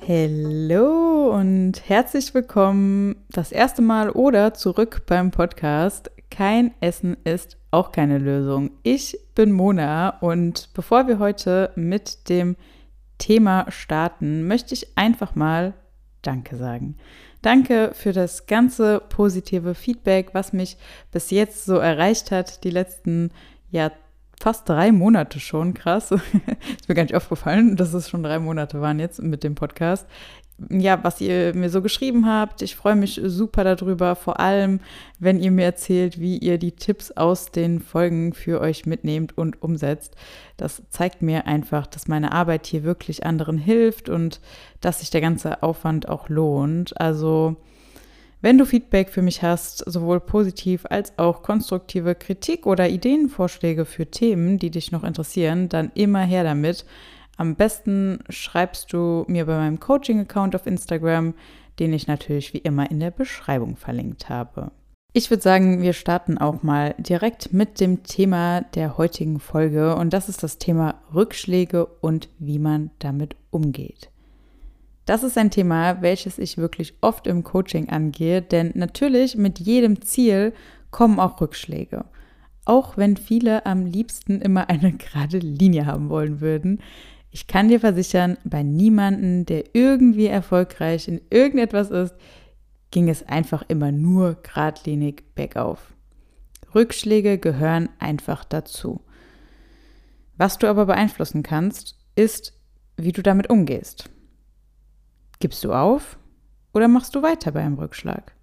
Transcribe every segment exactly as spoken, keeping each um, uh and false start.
Hallo und herzlich willkommen das erste Mal oder zurück beim Podcast Kein Essen ist auch keine Lösung. Ich bin Mona und bevor wir heute mit dem Thema starten, möchte ich einfach mal Danke sagen. Danke für das ganze positive Feedback, was mich bis jetzt so erreicht hat, die letzten ja, fast drei Monate schon, krass. Ist mir gar nicht aufgefallen, dass es schon drei Monate waren jetzt mit dem Podcast. Ja, was ihr mir so geschrieben habt, ich freue mich super darüber, vor allem, wenn ihr mir erzählt, wie ihr die Tipps aus den Folgen für euch mitnehmt und umsetzt. Das zeigt mir einfach, dass meine Arbeit hier wirklich anderen hilft und dass sich der ganze Aufwand auch lohnt. Also, wenn du Feedback für mich hast, sowohl positiv als auch konstruktive Kritik oder Ideenvorschläge für Themen, die dich noch interessieren, dann immer her damit. Am besten schreibst du mir bei meinem Coaching-Account auf Instagram, den ich natürlich wie immer in der Beschreibung verlinkt habe. Ich würde sagen, wir starten auch mal direkt mit dem Thema der heutigen Folge und das ist das Thema Rückschläge und wie man damit umgeht. Das ist ein Thema, welches ich wirklich oft im Coaching angehe, denn natürlich mit jedem Ziel kommen auch Rückschläge. Auch wenn viele am liebsten immer eine gerade Linie haben wollen würden. Ich kann dir versichern, bei niemandem, der irgendwie erfolgreich in irgendetwas ist, ging es einfach immer nur geradlinig bergauf. Rückschläge gehören einfach dazu. Was du aber beeinflussen kannst, ist, wie du damit umgehst. Gibst du auf oder machst du weiter bei einem Rückschlag?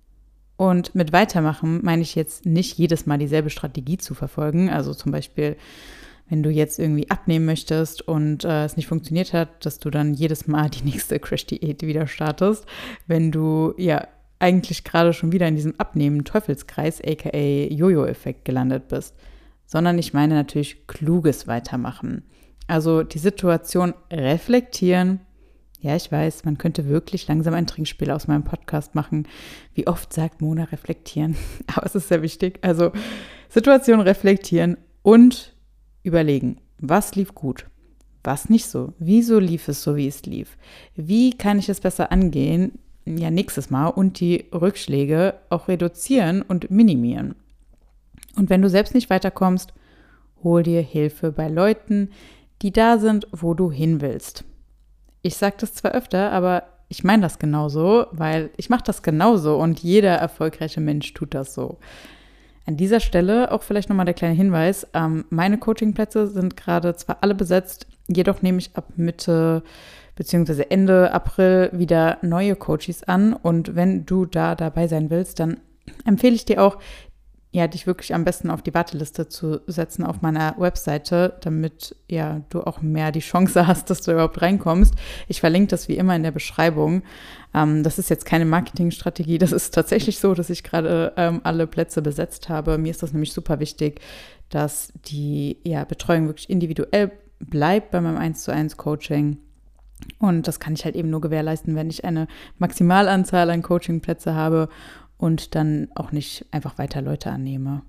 Und mit weitermachen meine ich jetzt nicht jedes Mal dieselbe Strategie zu verfolgen. Also zum Beispiel, wenn du jetzt irgendwie abnehmen möchtest und äh, es nicht funktioniert hat, dass du dann jedes Mal die nächste Crash-Diät wieder startest. Wenn du ja eigentlich gerade schon wieder in diesem Abnehmen-Teufelskreis, aka Jojo-Effekt gelandet bist. Sondern ich meine natürlich kluges Weitermachen. Also die Situation reflektieren. Ja, ich weiß, man könnte wirklich langsam ein Trinkspiel aus meinem Podcast machen. Wie oft sagt Mona reflektieren? Aber es ist sehr wichtig. Also Situation reflektieren und überlegen, was lief gut, was nicht so. Wieso lief es so, wie es lief? Wie kann ich es besser angehen? Ja, nächstes Mal und die Rückschläge auch reduzieren und minimieren. Und wenn du selbst nicht weiterkommst, hol dir Hilfe bei Leuten, die da sind, wo du hin willst. Ich sage das zwar öfter, aber ich meine das genauso, weil ich mache das genauso und jeder erfolgreiche Mensch tut das so. An dieser Stelle auch vielleicht nochmal der kleine Hinweis, ähm, meine Coachingplätze sind gerade zwar alle besetzt, jedoch nehme ich ab Mitte bzw. Ende April wieder neue Coaches an und wenn du da dabei sein willst, dann empfehle ich dir auch, ja, dich wirklich am besten auf die Warteliste zu setzen auf meiner Webseite, damit ja du auch mehr die Chance hast, dass du überhaupt reinkommst. Ich verlinke das wie immer in der Beschreibung. Ähm, das ist jetzt keine Marketingstrategie, das ist tatsächlich so, dass ich gerade ähm, alle Plätze besetzt habe. Mir ist das nämlich super wichtig, dass die ja, Betreuung wirklich individuell bleibt bei meinem eins zu eins Coaching. Und das kann ich halt eben nur gewährleisten, wenn ich eine Maximalanzahl an Coachingplätze habe und dann auch nicht einfach weiter Leute annehme.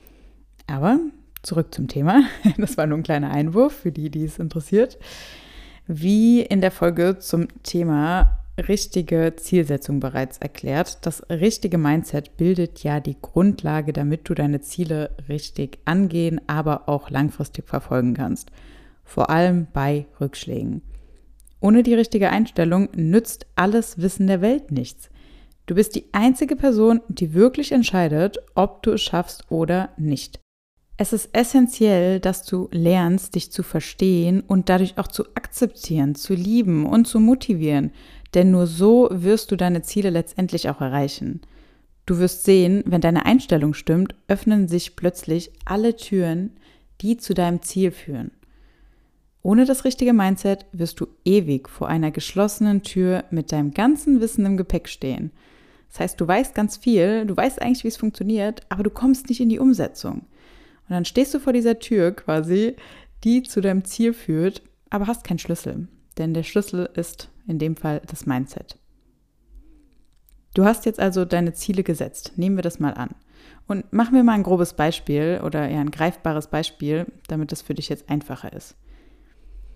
Aber zurück zum Thema. Das war nur ein kleiner Einwurf für die, die es interessiert. Wie in der Folge zum Thema richtige Zielsetzung bereits erklärt, das richtige Mindset bildet ja die Grundlage, damit du deine Ziele richtig angehen, aber auch langfristig verfolgen kannst. Vor allem bei Rückschlägen. Ohne die richtige Einstellung nützt alles Wissen der Welt nichts. Du bist die einzige Person, die wirklich entscheidet, ob du es schaffst oder nicht. Es ist essentiell, dass du lernst, dich zu verstehen und dadurch auch zu akzeptieren, zu lieben und zu motivieren. Denn nur so wirst du deine Ziele letztendlich auch erreichen. Du wirst sehen, wenn deine Einstellung stimmt, öffnen sich plötzlich alle Türen, die zu deinem Ziel führen. Ohne das richtige Mindset wirst du ewig vor einer geschlossenen Tür mit deinem ganzen Wissen im Gepäck stehen. Das heißt, du weißt ganz viel, du weißt eigentlich, wie es funktioniert, aber du kommst nicht in die Umsetzung. Und dann stehst du vor dieser Tür quasi, die zu deinem Ziel führt, aber hast keinen Schlüssel. Denn der Schlüssel ist in dem Fall das Mindset. Du hast jetzt also deine Ziele gesetzt. Nehmen wir das mal an. Und machen wir mal ein grobes Beispiel oder eher ein greifbares Beispiel, damit es für dich jetzt einfacher ist.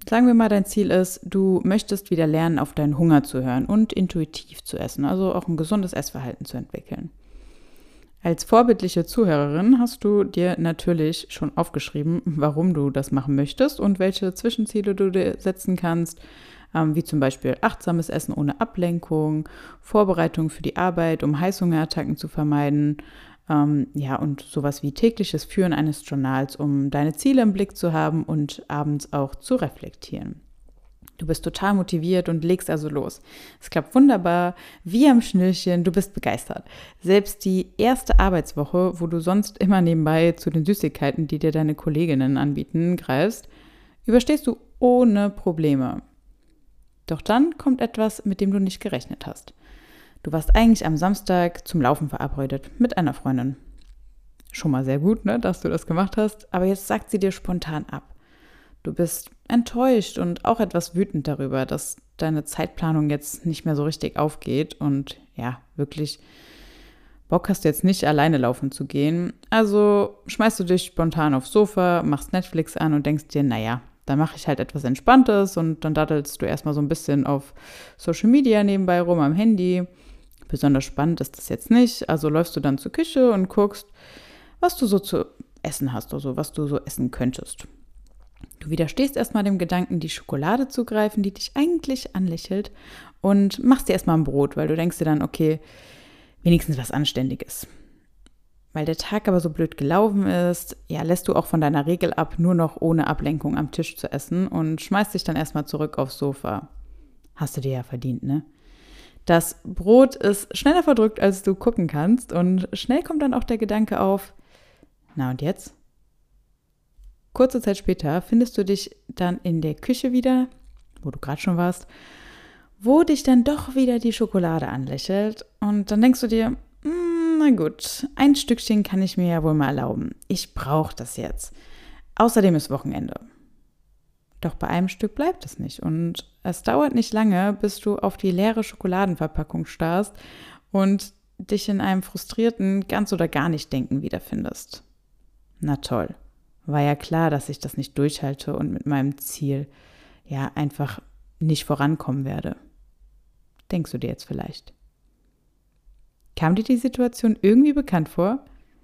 Sagen wir mal, dein Ziel ist, du möchtest wieder lernen, auf deinen Hunger zu hören und intuitiv zu essen, also auch ein gesundes Essverhalten zu entwickeln. Als vorbildliche Zuhörerin hast du dir natürlich schon aufgeschrieben, warum du das machen möchtest und welche Zwischenziele du dir setzen kannst, ähm, wie zum Beispiel achtsames Essen ohne Ablenkung, Vorbereitung für die Arbeit, um Heißhungerattacken zu vermeiden, ähm, ja, und sowas wie tägliches Führen eines Journals, um deine Ziele im Blick zu haben und abends auch zu reflektieren. Du bist total motiviert und legst also los. Es klappt wunderbar, wie am Schnürchen, du bist begeistert. Selbst die erste Arbeitswoche, wo du sonst immer nebenbei zu den Süßigkeiten, die dir deine Kolleginnen anbieten, greifst, überstehst du ohne Probleme. Doch dann kommt etwas, mit dem du nicht gerechnet hast. Du warst eigentlich am Samstag zum Laufen verabredet mit einer Freundin. Schon mal sehr gut, ne, dass du das gemacht hast, aber jetzt sagt sie dir spontan ab. Du bist enttäuscht und auch etwas wütend darüber, dass deine Zeitplanung jetzt nicht mehr so richtig aufgeht und ja, wirklich Bock hast du jetzt nicht, alleine laufen zu gehen. Also schmeißt du dich spontan aufs Sofa, machst Netflix an und denkst dir, naja, dann mache ich halt etwas Entspanntes und dann daddelst du erstmal so ein bisschen auf Social Media nebenbei rum am Handy. Besonders spannend ist das jetzt nicht, also läufst du dann zur Küche und guckst, was du so zu essen hast, also was du so essen könntest. Du widerstehst erstmal dem Gedanken, die Schokolade zu greifen, die dich eigentlich anlächelt und machst dir erstmal ein Brot, weil du denkst dir dann, okay, wenigstens was Anständiges. Weil der Tag aber so blöd gelaufen ist, ja, lässt du auch von deiner Regel ab, nur noch ohne Ablenkung am Tisch zu essen und schmeißt dich dann erstmal zurück aufs Sofa. Hast du dir ja verdient, ne? Das Brot ist schneller verdrückt, als du gucken kannst und schnell kommt dann auch der Gedanke auf, na und jetzt? Kurze Zeit später findest du dich dann in der Küche wieder, wo du gerade schon warst, wo dich dann doch wieder die Schokolade anlächelt und dann denkst du dir, na gut, ein Stückchen kann ich mir ja wohl mal erlauben. Ich brauche das jetzt. Außerdem ist Wochenende. Doch bei einem Stück bleibt es nicht und es dauert nicht lange, bis du auf die leere Schokoladenverpackung starrst und dich in einem frustrierten ganz oder gar nicht Denken wiederfindest. Na toll. War ja klar, dass ich das nicht durchhalte und mit meinem Ziel ja einfach nicht vorankommen werde. Denkst du dir jetzt vielleicht? Kam dir die Situation irgendwie bekannt vor?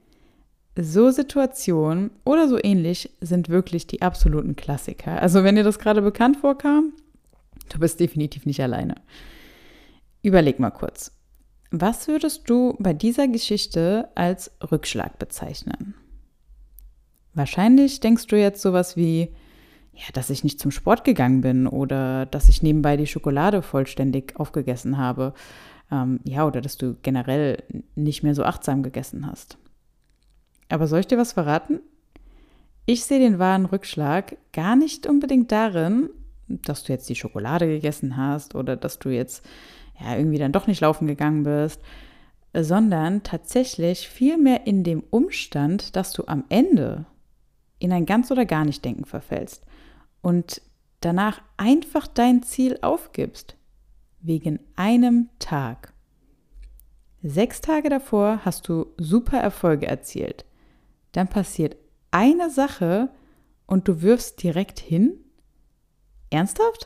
So Situationen oder so ähnlich sind wirklich die absoluten Klassiker. Also wenn dir das gerade bekannt vorkam, du bist definitiv nicht alleine. Überleg mal kurz. Was würdest du bei dieser Geschichte als Rückschlag bezeichnen? Wahrscheinlich denkst du jetzt sowas wie, ja, dass ich nicht zum Sport gegangen bin oder dass ich nebenbei die Schokolade vollständig aufgegessen habe. Ähm, ja, oder dass du generell nicht mehr so achtsam gegessen hast. Aber soll ich dir was verraten? Ich sehe den wahren Rückschlag gar nicht unbedingt darin, dass du jetzt die Schokolade gegessen hast oder dass du jetzt ja, irgendwie dann doch nicht laufen gegangen bist, sondern tatsächlich vielmehr in dem Umstand, dass du am Ende in ein ganz oder gar nicht Denken verfällst und danach einfach dein Ziel aufgibst, wegen einem Tag. Sechs Tage davor hast du super Erfolge erzielt. Dann passiert eine Sache und du wirfst direkt hin? Ernsthaft?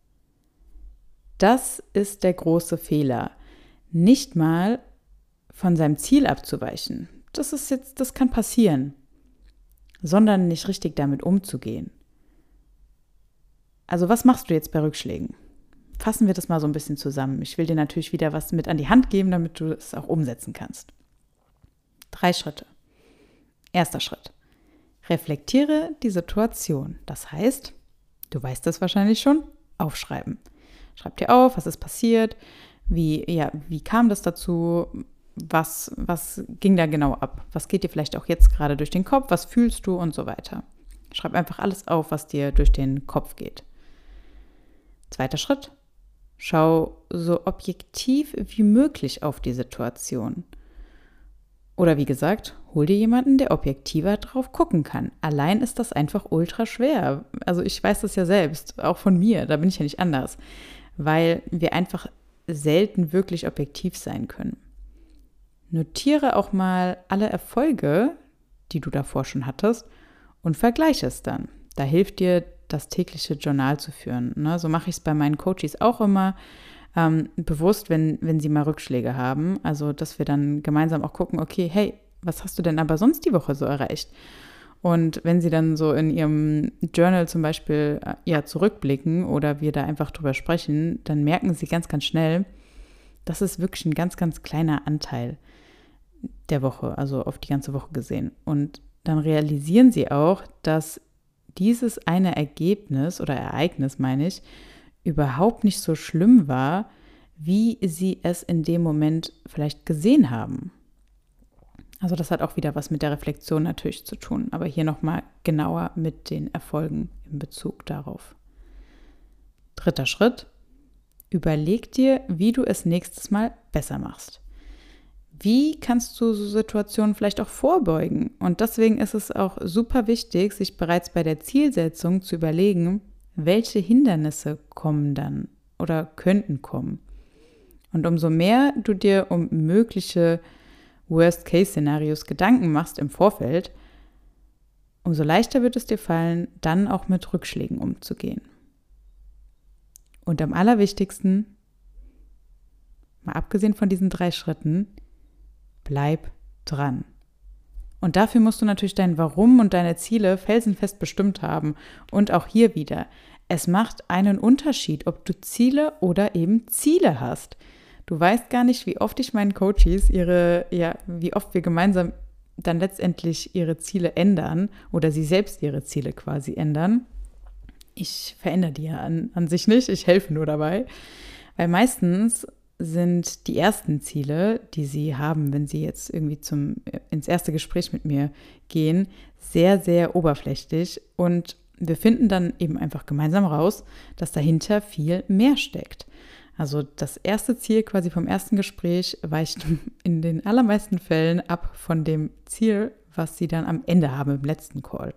Das ist der große Fehler. Nicht mal von seinem Ziel abzuweichen. Das ist jetzt, das kann passieren. Sondern nicht richtig damit umzugehen. Also was machst du jetzt bei Rückschlägen? Fassen wir das mal so ein bisschen zusammen. Ich will dir natürlich wieder was mit an die Hand geben, damit du es auch umsetzen kannst. Drei Schritte. Erster Schritt. Reflektiere die Situation. Das heißt, du weißt das wahrscheinlich schon, aufschreiben. Schreib dir auf, was ist passiert, wie, ja, wie kam das dazu, was, was ging da genau ab, was geht dir vielleicht auch jetzt gerade durch den Kopf, was fühlst du und so weiter. Schreib einfach alles auf, was dir durch den Kopf geht. Zweiter Schritt. Schau so objektiv wie möglich auf die Situation. Oder wie gesagt, hol dir jemanden, der objektiver drauf gucken kann. Allein ist das einfach ultra schwer. Also ich weiß das ja selbst, auch von mir, da bin ich ja nicht anders. Weil wir einfach selten wirklich objektiv sein können. Notiere auch mal alle Erfolge, die du davor schon hattest und vergleiche es dann. Da hilft dir das tägliche Journal zu führen. Ne? So mache ich es bei meinen Coaches auch immer, ähm, bewusst, wenn, wenn sie mal Rückschläge haben. Also, dass wir dann gemeinsam auch gucken, okay, hey, was hast du denn aber sonst die Woche so erreicht? Und wenn sie dann so in ihrem Journal zum Beispiel ja, zurückblicken oder wir da einfach drüber sprechen, dann merken sie ganz, ganz schnell, das ist wirklich ein ganz, ganz kleiner Anteil der Woche, also auf die ganze Woche gesehen. Und dann realisieren sie auch, dass dieses eine Ergebnis oder Ereignis, meine ich, überhaupt nicht so schlimm war, wie sie es in dem Moment vielleicht gesehen haben. Also das hat auch wieder was mit der Reflexion natürlich zu tun, aber hier nochmal genauer mit den Erfolgen in Bezug darauf. Dritter Schritt: Überleg dir, wie du es nächstes Mal besser machst. Wie kannst du so Situationen vielleicht auch vorbeugen? Und deswegen ist es auch super wichtig, sich bereits bei der Zielsetzung zu überlegen, welche Hindernisse kommen dann oder könnten kommen. Und umso mehr du dir um mögliche Worst-Case-Szenarios Gedanken machst im Vorfeld, umso leichter wird es dir fallen, dann auch mit Rückschlägen umzugehen. Und am allerwichtigsten, mal abgesehen von diesen drei Schritten, bleib dran. Und dafür musst du natürlich dein Warum und deine Ziele felsenfest bestimmt haben. Und auch hier wieder, es macht einen Unterschied, ob du Ziele oder eben Ziele hast. Du weißt gar nicht, wie oft ich meinen Coaches ihre, ja, wie oft wir gemeinsam dann letztendlich ihre Ziele ändern oder sie selbst ihre Ziele quasi ändern. Ich verändere die ja an, an sich nicht, ich helfe nur dabei. Weil meistens sind die ersten Ziele, die sie haben, wenn sie jetzt irgendwie zum, ins erste Gespräch mit mir gehen, sehr, sehr oberflächlich. Und wir finden dann eben einfach gemeinsam raus, dass dahinter viel mehr steckt. Also das erste Ziel quasi vom ersten Gespräch weicht in den allermeisten Fällen ab von dem Ziel, was sie dann am Ende haben im letzten Call.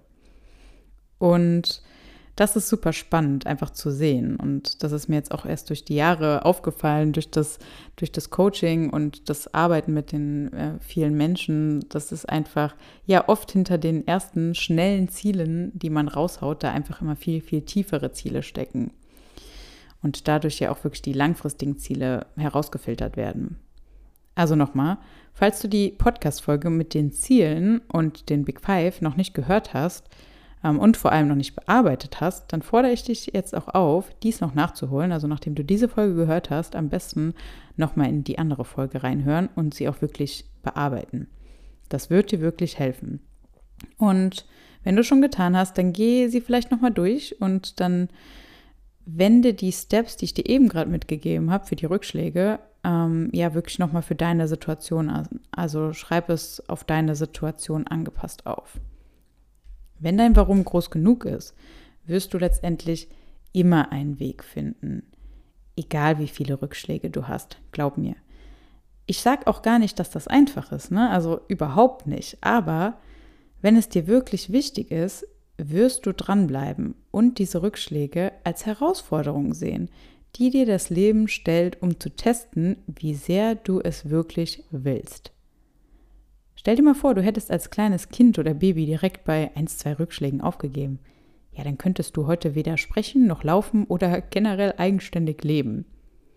Und das ist super spannend, einfach zu sehen. Und das ist mir jetzt auch erst durch die Jahre aufgefallen, durch das, durch das Coaching und das Arbeiten mit den äh, vielen Menschen, dass es einfach ja oft hinter den ersten schnellen Zielen, die man raushaut, da einfach immer viel, viel tiefere Ziele stecken. Und dadurch ja auch wirklich die langfristigen Ziele herausgefiltert werden. Also nochmal, falls du die Podcast-Folge mit den Zielen und den Big Five noch nicht gehört hast ähm, und vor allem noch nicht bearbeitet hast, dann fordere ich dich jetzt auch auf, dies noch nachzuholen. Also nachdem du diese Folge gehört hast, am besten nochmal in die andere Folge reinhören und sie auch wirklich bearbeiten. Das wird dir wirklich helfen. Und wenn du schon getan hast, dann geh sie vielleicht nochmal durch und dann wende die Steps, die ich dir eben gerade mitgegeben habe für die Rückschläge, ähm, ja wirklich nochmal für deine Situation an. Also schreib es auf deine Situation angepasst auf. Wenn dein Warum groß genug ist, wirst du letztendlich immer einen Weg finden. Egal wie viele Rückschläge du hast, glaub mir. Ich sage auch gar nicht, dass das einfach ist, ne? Also überhaupt nicht. Aber wenn es dir wirklich wichtig ist, wirst du dranbleiben und diese Rückschläge als Herausforderung sehen, die dir das Leben stellt, um zu testen, wie sehr du es wirklich willst. Stell dir mal vor, du hättest als kleines Kind oder Baby direkt bei ein, zwei Rückschlägen aufgegeben. Ja, dann könntest du heute weder sprechen noch laufen oder generell eigenständig leben.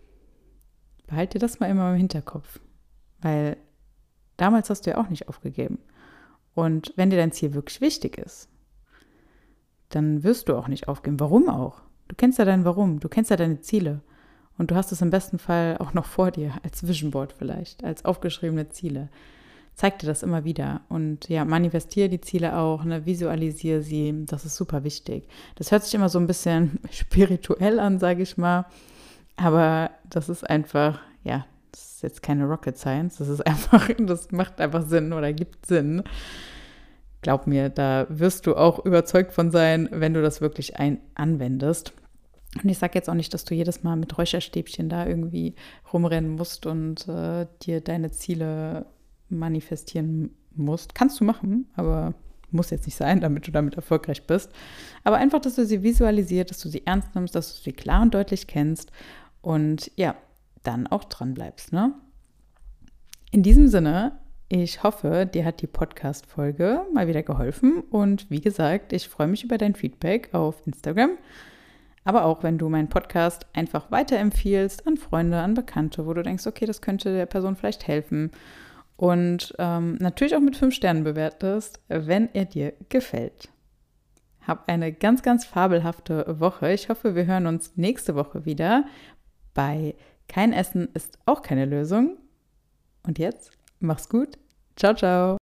Behalte das mal immer im Hinterkopf, weil damals hast du ja auch nicht aufgegeben. Und wenn dir dein Ziel wirklich wichtig ist, dann wirst du auch nicht aufgeben. Warum auch? Du kennst ja dein Warum, du kennst ja deine Ziele und du hast es im besten Fall auch noch vor dir, als Vision Board vielleicht, als aufgeschriebene Ziele. Zeig dir das immer wieder und ja, manifestiere die Ziele auch, ne, visualisiere sie, das ist super wichtig. Das hört sich immer so ein bisschen spirituell an, sage ich mal, aber das ist einfach, ja, das ist jetzt keine Rocket Science, das ist einfach, das macht einfach Sinn oder gibt Sinn. Glaub mir, da wirst du auch überzeugt von sein, wenn du das wirklich ein- anwendest. Und ich sage jetzt auch nicht, dass du jedes Mal mit Räucherstäbchen da irgendwie rumrennen musst und äh, dir deine Ziele manifestieren musst. Kannst du machen, aber muss jetzt nicht sein, damit du damit erfolgreich bist. Aber einfach, dass du sie visualisierst, dass du sie ernst nimmst, dass du sie klar und deutlich kennst und ja, dann auch dran bleibst, ne? In diesem Sinne Ich hoffe, dir hat die Podcast-Folge mal wieder geholfen und wie gesagt, ich freue mich über dein Feedback auf Instagram, aber auch, wenn du meinen Podcast einfach weiterempfiehlst an Freunde, an Bekannte, wo du denkst, okay, das könnte der Person vielleicht helfen und ähm, natürlich auch mit fünf Sternen bewertest, wenn er dir gefällt. Hab eine ganz, ganz fabelhafte Woche. Ich hoffe, wir hören uns nächste Woche wieder bei Kein Essen ist auch keine Lösung. Und jetzt, mach's gut. Ciao, ciao.